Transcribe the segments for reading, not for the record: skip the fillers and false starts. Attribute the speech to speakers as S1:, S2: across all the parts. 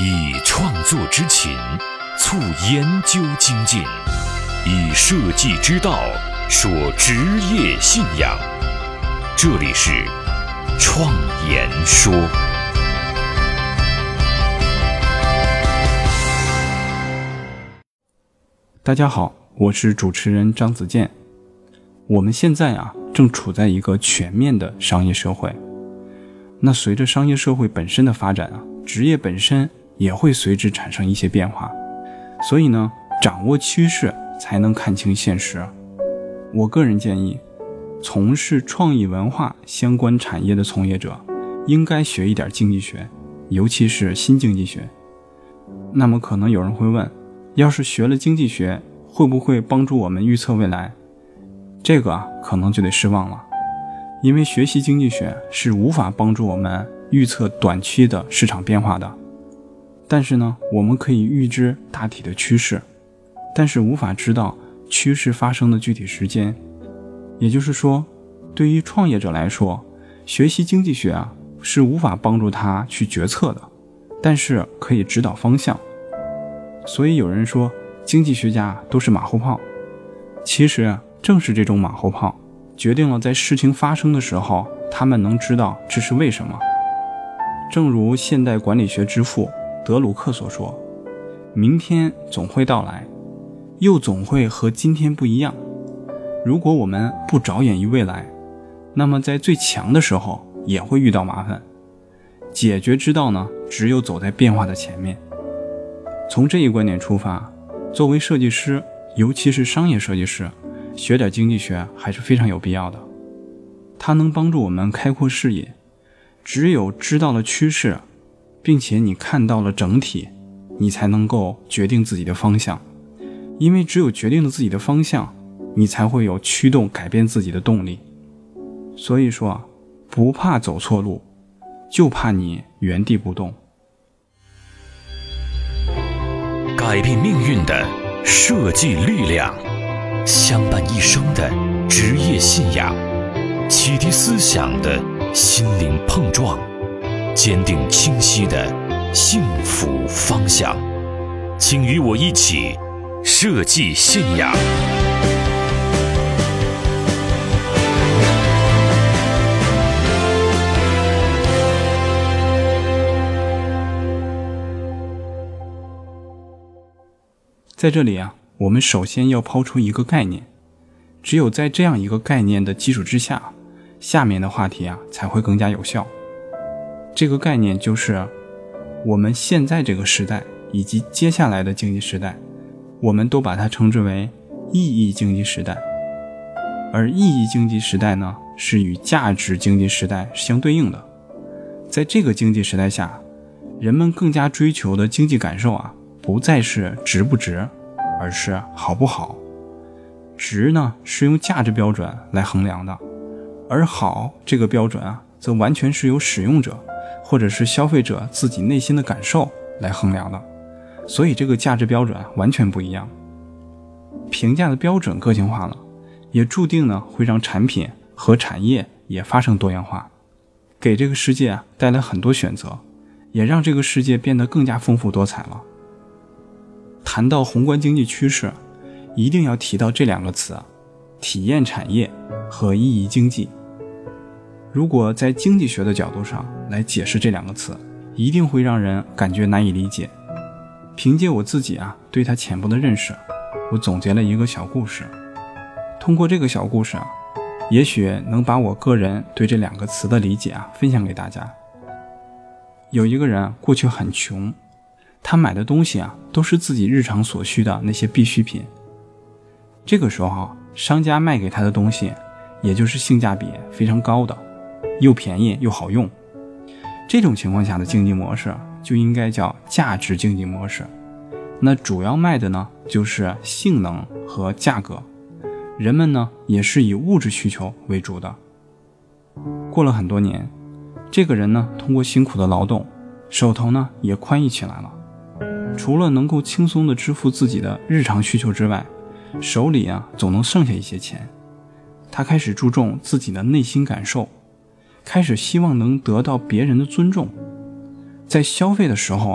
S1: 以创作之情促研究精进，以设计之道说职业信仰。这里是创研说。
S2: 大家好，我是主持人张子健。我们现在正处在一个全面的商业社会。那随着商业社会本身的发展职业本身也会随之产生一些变化。所以呢，掌握趋势才能看清现实。我个人建议，从事创意文化相关产业的从业者应该学一点经济学，尤其是新经济学。那么可能有人会问，要是学了经济学，会不会帮助我们预测未来？这个可能就得失望了，因为学习经济学是无法帮助我们预测短期的市场变化的。但是呢，我们可以预知大体的趋势，但是无法知道趋势发生的具体时间。也就是说，对于创业者来说，学习经济学是无法帮助他去决策的，但是可以指导方向。所以有人说经济学家都是马后炮，其实正是这种马后炮决定了在事情发生的时候，他们能知道这是为什么。正如现代管理学之父德鲁克所说，明天总会到来，又总会和今天不一样。如果我们不着眼于未来，那么在最强的时候也会遇到麻烦。解决之道呢，只有走在变化的前面。从这一观点出发，作为设计师，尤其是商业设计师，学点经济学还是非常有必要的。它能帮助我们开阔视野。只有知道了趋势，并且你看到了整体，你才能够决定自己的方向。因为只有决定了自己的方向，你才会有驱动改变自己的动力。所以说，不怕走错路，就怕你原地不动。
S1: 改变命运的设计力量，相伴一生的职业信仰，启迪思想的心灵碰撞，坚定清晰的幸福方向。请与我一起设计信仰。
S2: 在这里我们首先要抛出一个概念，只有在这样一个概念的基础之下，下面的话题才会更加有效。这个概念就是我们现在这个时代以及接下来的经济时代，我们都把它称之为意义经济时代。而意义经济时代呢，是与价值经济时代相对应的。在这个经济时代下，人们更加追求的经济感受不再是值不值，而是好不好。值呢，是用价值标准来衡量的，而好这个标准则完全是由使用者或者是消费者自己内心的感受来衡量的。所以这个价值标准完全不一样。评价的标准个性化了，也注定呢会让产品和产业也发生多样化，给这个世界带来很多选择，也让这个世界变得更加丰富多彩了。谈到宏观经济趋势，一定要提到这两个词，体验产业和意义经济。如果在经济学的角度上来解释这两个词，一定会让人感觉难以理解。凭借我自己对它浅薄的认识，我总结了一个小故事。通过这个小故事也许能把我个人对这两个词的理解分享给大家。有一个人过去很穷，他买的东西都是自己日常所需的那些必需品。这个时候商家卖给他的东西也就是性价比非常高的，又便宜又好用。这种情况下的经济模式就应该叫价值经济模式。那主要卖的呢就是性能和价格，人们呢也是以物质需求为主的。过了很多年，这个人呢通过辛苦的劳动，手头呢也宽裕起来了。除了能够轻松地支付自己的日常需求之外，手里总能剩下一些钱。他开始注重自己的内心感受，开始希望能得到别人的尊重。在消费的时候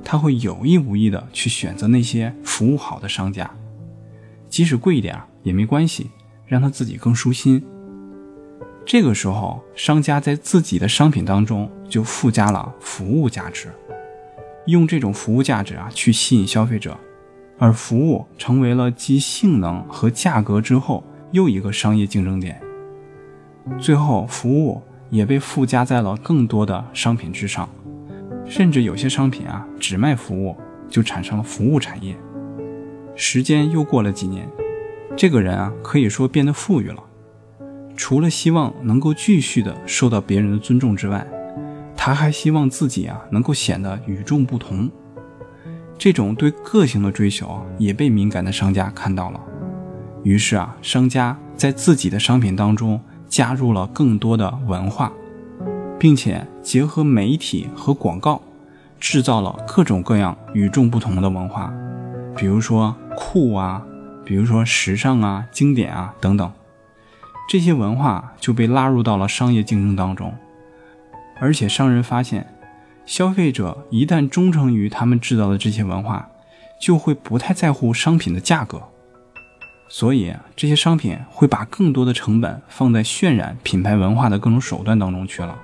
S2: 他会有意无意的去选择那些服务好的商家，即使贵一点也没关系，让他自己更舒心。这个时候，商家在自己的商品当中就附加了服务价值，用这种服务价值去吸引消费者，而服务成为了继性能和价格之后又一个商业竞争点。最后，服务也被附加在了更多的商品之上，甚至有些商品只卖服务，就产生了服务产业。时间又过了几年，这个人可以说变得富裕了。除了希望能够继续的受到别人的尊重之外，他还希望自己能够显得与众不同。这种对个性的追求也被敏感的商家看到了，于是商家在自己的商品当中加入了更多的文化，并且结合媒体和广告，制造了各种各样与众不同的文化，比如说酷比如说时尚经典等等。这些文化就被拉入到了商业竞争当中，而且商人发现，消费者一旦忠诚于他们制造的这些文化，就会不太在乎商品的价格，所以这些商品会把更多的成本放在渲染品牌文化的各种手段当中去了。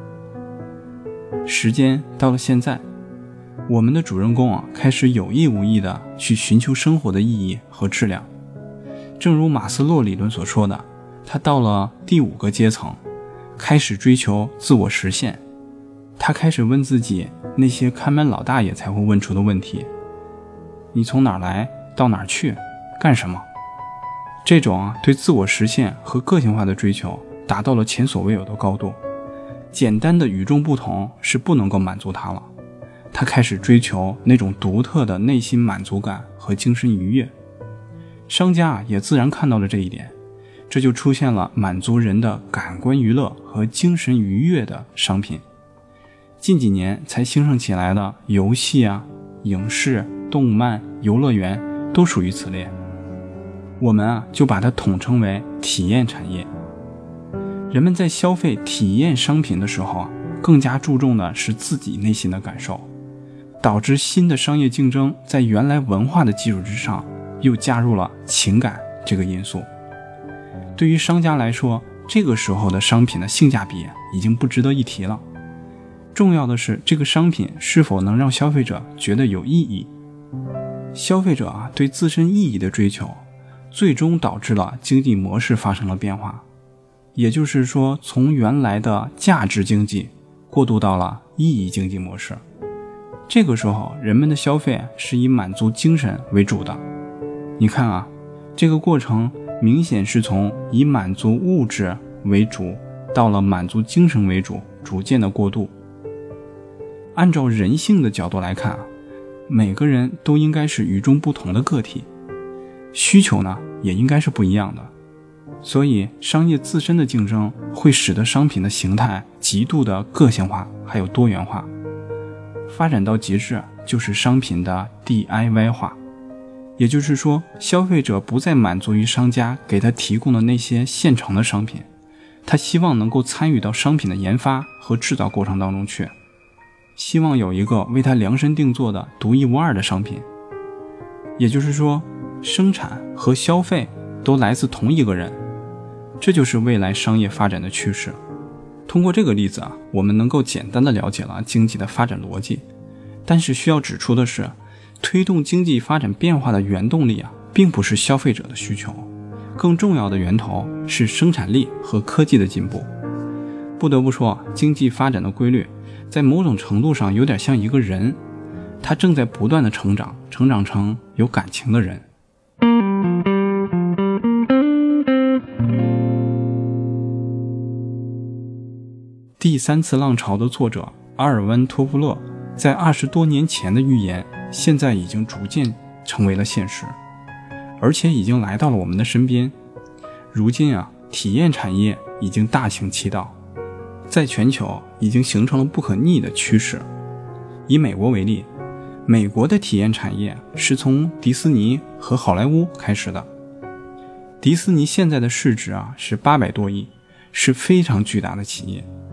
S2: 时间到了现在，我们的主人公开始有意无意的去寻求生活的意义和质量。正如马斯洛理论所说的，他到了第5个阶层，开始追求自我实现。他开始问自己那些看门老大爷才会问出的问题：你从哪儿来，到哪儿去，干什么？这种对自我实现和个性化的追求达到了前所未有的高度。简单的与众不同是不能够满足他了，他开始追求那种独特的内心满足感和精神愉悦。商家也自然看到了这一点，这就出现了满足人的感官娱乐和精神愉悦的商品。近几年才兴盛起来的游戏影视、动漫、游乐园都属于此列。我们就把它统称为体验产业。人们在消费体验商品的时候更加注重的是自己内心的感受，导致新的商业竞争在原来文化的基础之上又加入了情感这个因素。对于商家来说，这个时候的商品的性价比已经不值得一提了，重要的是这个商品是否能让消费者觉得有意义。消费者对自身意义的追求，最终导致了经济模式发生了变化，也就是说，从原来的价值经济过渡到了意义经济模式。这个时候，人们的消费是以满足精神为主的。你看这个过程明显是从以满足物质为主到了满足精神为主，逐渐的过渡。按照人性的角度来看每个人都应该是与众不同的个体，需求呢也应该是不一样的。所以商业自身的竞争会使得商品的形态极度的个性化还有多元化，发展到极致就是商品的 DIY 化。也就是说，消费者不再满足于商家给他提供的那些现成的商品，他希望能够参与到商品的研发和制造过程当中去，希望有一个为他量身定做的独一无二的商品。也就是说，生产和消费都来自同一个人，这就是未来商业发展的趋势。通过这个例子我们能够简单的了解了经济的发展逻辑。但是需要指出的是，推动经济发展变化的原动力并不是消费者的需求，更重要的源头是生产力和科技的进步。不得不说，经济发展的规律在某种程度上有点像一个人，他正在不断的成长成有感情的人。第3次浪潮的作者阿尔温·托夫勒在20多年前的预言，现在已经逐渐成为了现实，而且已经来到了我们的身边。如今体验产业已经大行其道，在全球已经形成了不可逆的趋势。以美国为例，美国的体验产业是从迪士尼和好莱坞开始的。迪士尼现在的市值是800多亿，是非常巨大的企业。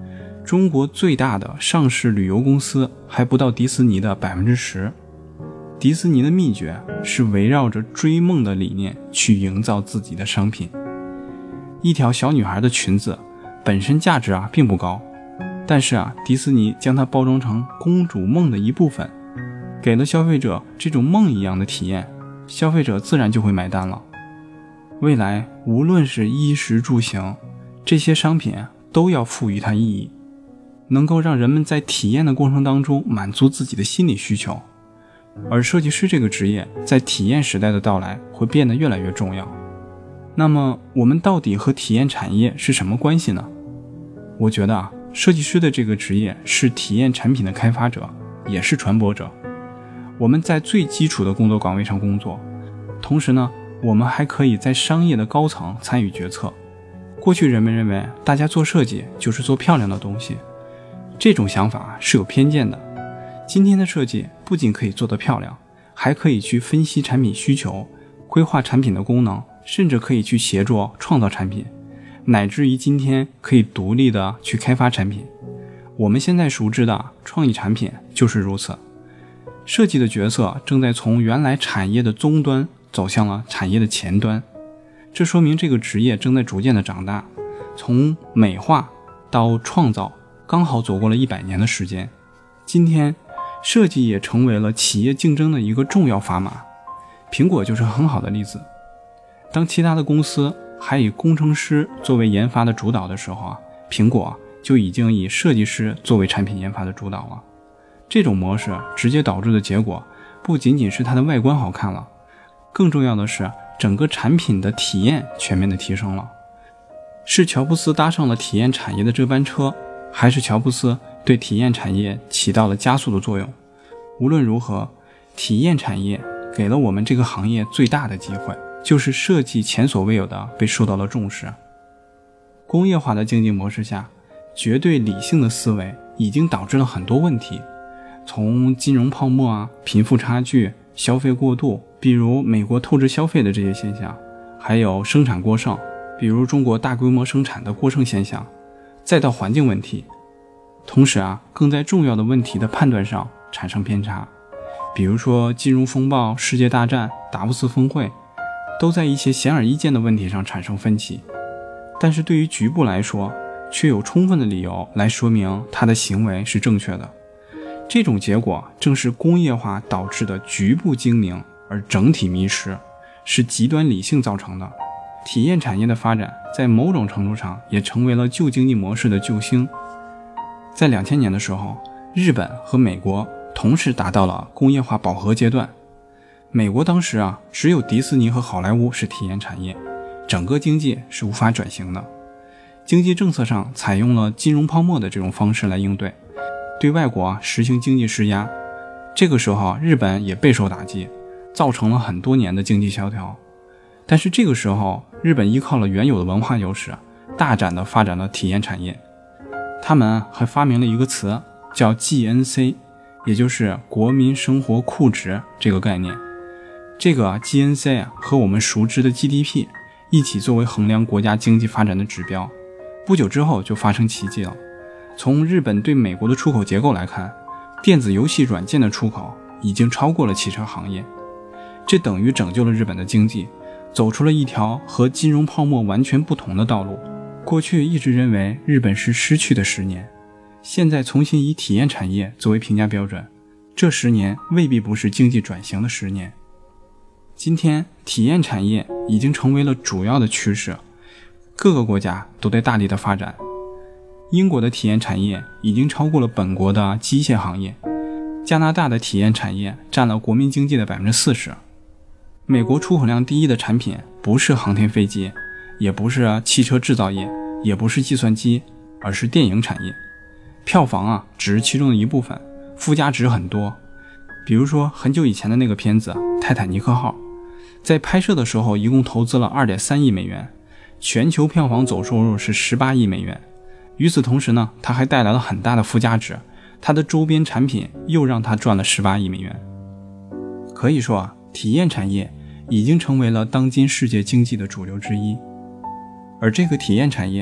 S2: 中国最大的上市旅游公司还不到迪士尼的 10%。 迪士尼的秘诀是围绕着追梦的理念去营造自己的商品。一条小女孩的裙子本身价值并不高，但是迪士尼将它包装成公主梦的一部分，给了消费者这种梦一样的体验，消费者自然就会买单了。未来无论是衣食住行，这些商品都要赋予它意义，能够让人们在体验的过程当中满足自己的心理需求。而设计师这个职业在体验时代的到来会变得越来越重要。那么我们到底和体验产业是什么关系呢？我觉得设计师的这个职业是体验产品的开发者，也是传播者。我们在最基础的工作岗位上工作，同时呢，我们还可以在商业的高层参与决策。过去人们认为大家做设计就是做漂亮的东西，这种想法是有偏见的。今天的设计不仅可以做得漂亮，还可以去分析产品需求，规划产品的功能，甚至可以去协助创造产品，乃至于今天可以独立的去开发产品。我们现在熟知的创意产品就是如此。设计的角色正在从原来产业的终端走向了产业的前端，这说明这个职业正在逐渐的长大，从美化到创造刚好走过了100年的时间。今天设计也成为了企业竞争的一个重要砝码，苹果就是很好的例子。当其他的公司还以工程师作为研发的主导的时候苹果就已经以设计师作为产品研发的主导了。这种模式直接导致的结果不仅仅是它的外观好看了，更重要的是整个产品的体验全面的提升了。是乔布斯搭上了体验产业的这班车，还是乔布斯对体验产业起到了加速的作用？无论如何，体验产业给了我们这个行业最大的机会，就是设计前所未有的被受到了重视。工业化的经济模式下，绝对理性的思维已经导致了很多问题，从金融泡沫贫富差距、消费过度，比如美国透支消费的这些现象，还有生产过剩，比如中国大规模生产的过剩现象，再到环境问题。同时更在重要的问题的判断上产生偏差，比如说金融风暴、世界大战、达沃斯峰会，都在一些显而易见的问题上产生分歧，但是对于局部来说，却有充分的理由来说明他的行为是正确的。这种结果正是工业化导致的局部精明而整体迷失，是极端理性造成的。体验产业的发展在某种程度上也成为了旧经济模式的救星。在2000年的时候，日本和美国同时达到了工业化饱和阶段。美国当时只有迪士尼和好莱坞是体验产业，整个经济是无法转型的。经济政策上采用了金融泡沫的这种方式来应对，对外国实行经济施压。这个时候日本也备受打击，造成了很多年的经济萧条。但是这个时候日本依靠了原有的文化优势，大胆地发展了体验产业。他们还发明了一个词叫 GNC， 也就是国民生活库值这个概念。这个GNC 和我们熟知的 GDP 一起作为衡量国家经济发展的指标。不久之后就发生奇迹了。从日本对美国的出口结构来看，电子游戏软件的出口已经超过了汽车行业，这等于拯救了日本的经济，走出了一条和金融泡沫完全不同的道路。过去一直认为日本是失去的10年，现在重新以体验产业作为评价标准，这10年未必不是经济转型的10年。今天体验产业已经成为了主要的趋势，各个国家都在大力的发展。英国的体验产业已经超过了本国的机械行业，加拿大的体验产业占了国民经济的 40%。 美国出口量第一的产品不是航天飞机，也不是汽车制造业，也不是计算机，而是电影产业。票房只是其中的一部分，附加值很多。比如说很久以前的那个片子泰坦尼克号，在拍摄的时候一共投资了 2.3 亿美元，全球票房总收入是18亿美元。与此同时呢，它还带来了很大的附加值，它的周边产品又让它赚了18亿美元。可以说体验产业已经成为了当今世界经济的主流之一。而这个体验产业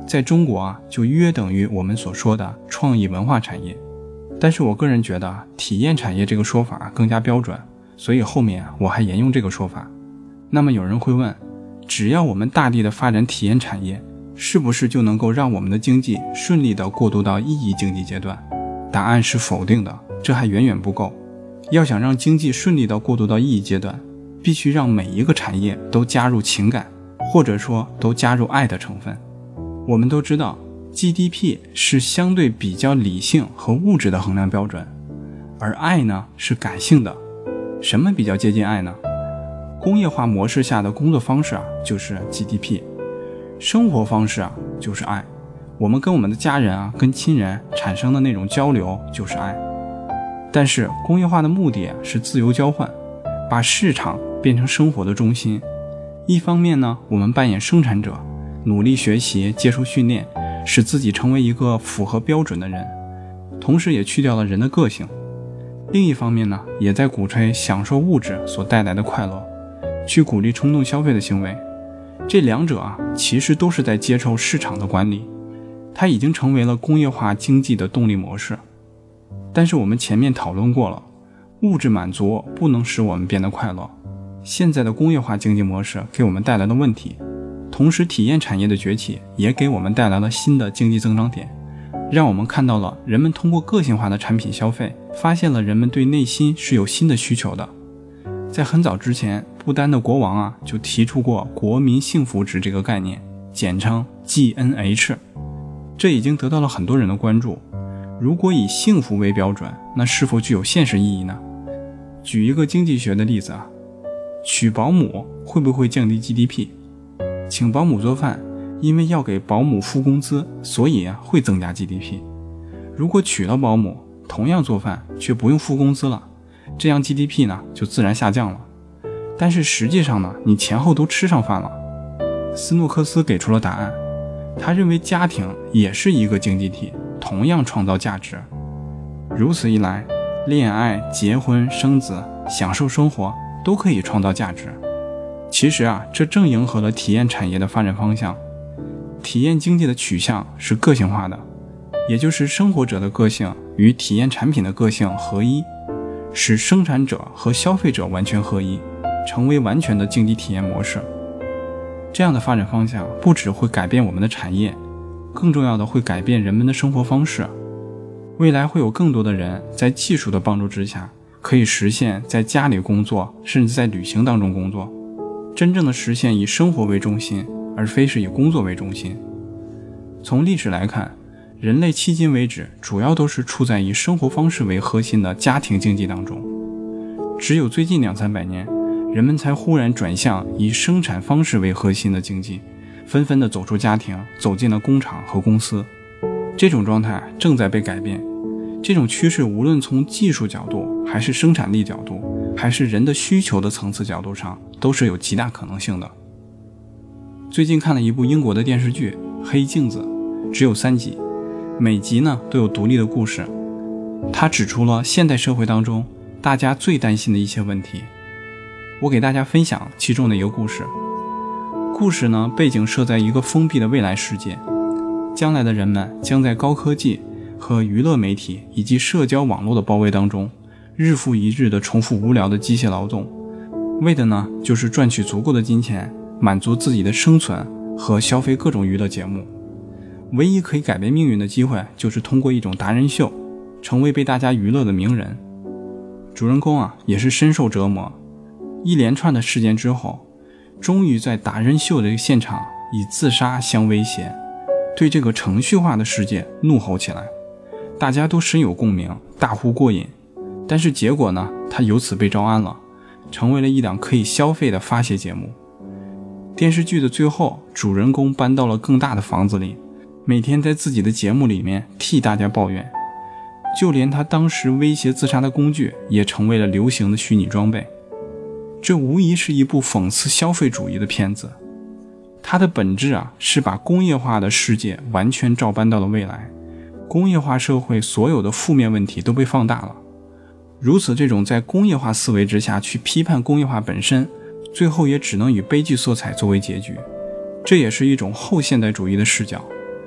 S2: 在中国啊，就约等于我们所说的创意文化产业。但是我个人觉得体验产业这个说法更加标准，所以后面我还沿用这个说法。那么有人会问，只要我们大力的发展体验产业，是不是就能够让我们的经济顺利的过渡到意义经济阶段？答案是否定的，这还远远不够。要想让经济顺利的过渡到意义阶段，必须让每一个产业都加入情感，或者说都加入爱的成分。我们都知道 GDP 是相对比较理性和物质的衡量标准，而爱呢是感性的。什么比较接近爱呢？工业化模式下的工作方式啊，就是 GDP， 生活方式啊，就是爱。我们跟我们的家人啊，跟亲人产生的那种交流就是爱。但是工业化的目的是自由交换，把市场变成生活的中心。一方面呢，我们扮演生产者，努力学习，接受训练，使自己成为一个符合标准的人，同时也去掉了人的个性。另一方面呢，也在鼓吹享受物质所带来的快乐，去鼓励冲动消费的行为。这两者啊，其实都是在接受市场的管理，它已经成为了工业化经济的动力模式。但是我们前面讨论过了，物质满足不能使我们变得快乐。现在的工业化经济模式给我们带来了问题，同时体验产业的崛起也给我们带来了新的经济增长点，让我们看到了人们通过个性化的产品消费，发现了人们对内心是有新的需求的。在很早之前，不丹的国王啊就提出过国民幸福值这个概念，简称 GNH， 这已经得到了很多人的关注。如果以幸福为标准，那是否具有现实意义呢？举一个经济学的例子啊，娶保姆会不会降低 GDP？ 请保姆做饭，因为要给保姆付工资，所以会增加 GDP。 如果娶了保姆，同样做饭却不用付工资了，这样 GDP 呢就自然下降了。但是实际上呢，你前后都吃上饭了。斯诺克斯给出了答案，他认为家庭也是一个经济体，同样创造价值。如此一来，恋爱、结婚、生子、享受生活都可以创造价值。其实啊，这正迎合了体验产业的发展方向。体验经济的取向是个性化的，也就是生活者的个性与体验产品的个性合一，使生产者和消费者完全合一，成为完全的经济体验模式。这样的发展方向不只会改变我们的产业，更重要的会改变人们的生活方式。未来会有更多的人在技术的帮助之下，可以实现在家里工作，甚至在旅行当中工作，真正的实现以生活为中心，而非是以工作为中心。从历史来看，人类迄今为止主要都是处在以生活方式为核心的家庭经济当中，只有最近200-300年，人们才忽然转向以生产方式为核心的经济，纷纷地走出家庭，走进了工厂和公司。这种状态正在被改变，这种趋势无论从技术角度，还是生产力角度，还是人的需求的层次角度上，都是有极大可能性的。最近看了一部英国的电视剧《黑镜子》，只有3集，每集呢都有独立的故事。它指出了现代社会当中大家最担心的一些问题。我给大家分享其中的一个故事。故事呢，背景设在一个封闭的未来世界，将来的人们将在高科技和娱乐媒体以及社交网络的包围当中，日复一日的重复无聊的机械劳动，为的呢就是赚取足够的金钱，满足自己的生存和消费各种娱乐节目。唯一可以改变命运的机会，就是通过一种达人秀，成为被大家娱乐的名人。主人公啊也是深受折磨，一连串的事件之后，终于在达人秀的现场以自杀相威胁，对这个程序化的世界怒吼起来。大家都深有共鸣，大呼过瘾。但是结果呢，他由此被招安了，成为了一档可以消费的发泄节目。电视剧的最后，主人公搬到了更大的房子里，每天在自己的节目里面替大家抱怨，就连他当时威胁自杀的工具也成为了流行的虚拟装备。这无疑是一部讽刺消费主义的片子，它的本质啊是把工业化的世界完全照搬到了未来，工业化社会所有的负面问题都被放大了。如此这种在工业化思维之下去批判工业化本身，最后也只能以悲剧色彩作为结局。这也是一种后现代主义的视角，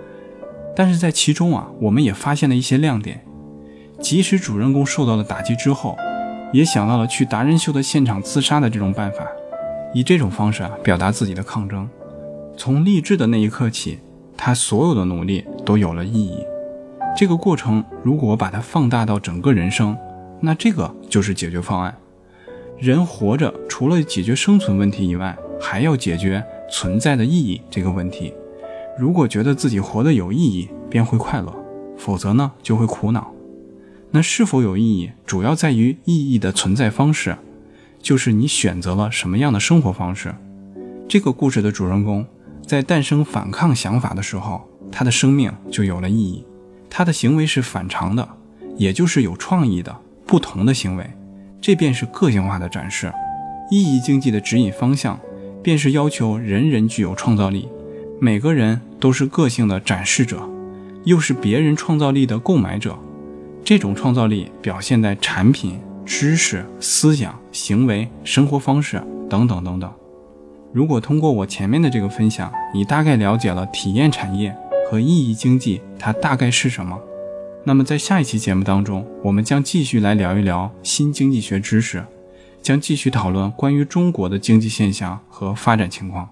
S2: 但是在其中啊，我们也发现了一些亮点。即使主人公受到了打击之后，也想到了去达人秀的现场自杀的这种办法，以这种方式啊表达自己的抗争。从励志的那一刻起，他所有的努力都有了意义。这个过程如果把它放大到整个人生，那这个就是解决方案。人活着除了解决生存问题以外，还要解决存在的意义这个问题。如果觉得自己活得有意义，便会快乐，否则呢就会苦恼。那是否有意义，主要在于意义的存在方式，就是你选择了什么样的生活方式。这个故事的主人公在诞生反抗想法的时候，他的生命就有了意义，他的行为是反常的，也就是有创意的不同的行为，这便是个性化的展示。意义经济的指引方向便是要求人人具有创造力，每个人都是个性的展示者，又是别人创造力的购买者。这种创造力表现在产品、知识、思想、行为、生活方式等等等等。如果通过我前面的这个分享，你大概了解了体验产业和意义经济它大概是什么，那么在下一期节目当中，我们将继续来聊一聊新经济学知识，将继续讨论关于中国的经济现象和发展情况。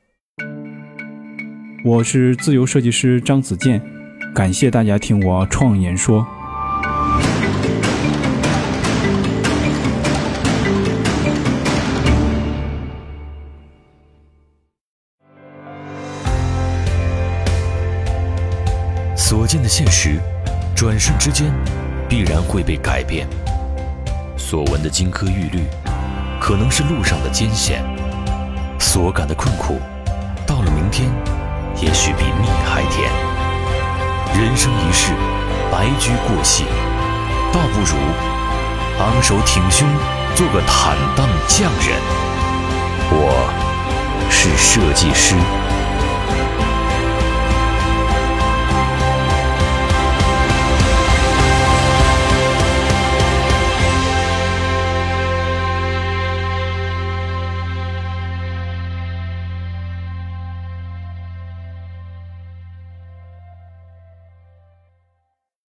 S2: 我是自由设计师张子健，感谢大家听我创言说。
S1: 所见的现实，转瞬之间必然会被改变；所闻的金科玉律，可能是路上的艰险；所感的困苦，到了明天，也许比蜜还甜。人生一世，白驹过隙，倒不如昂首挺胸，做个坦荡匠人。我是设计师。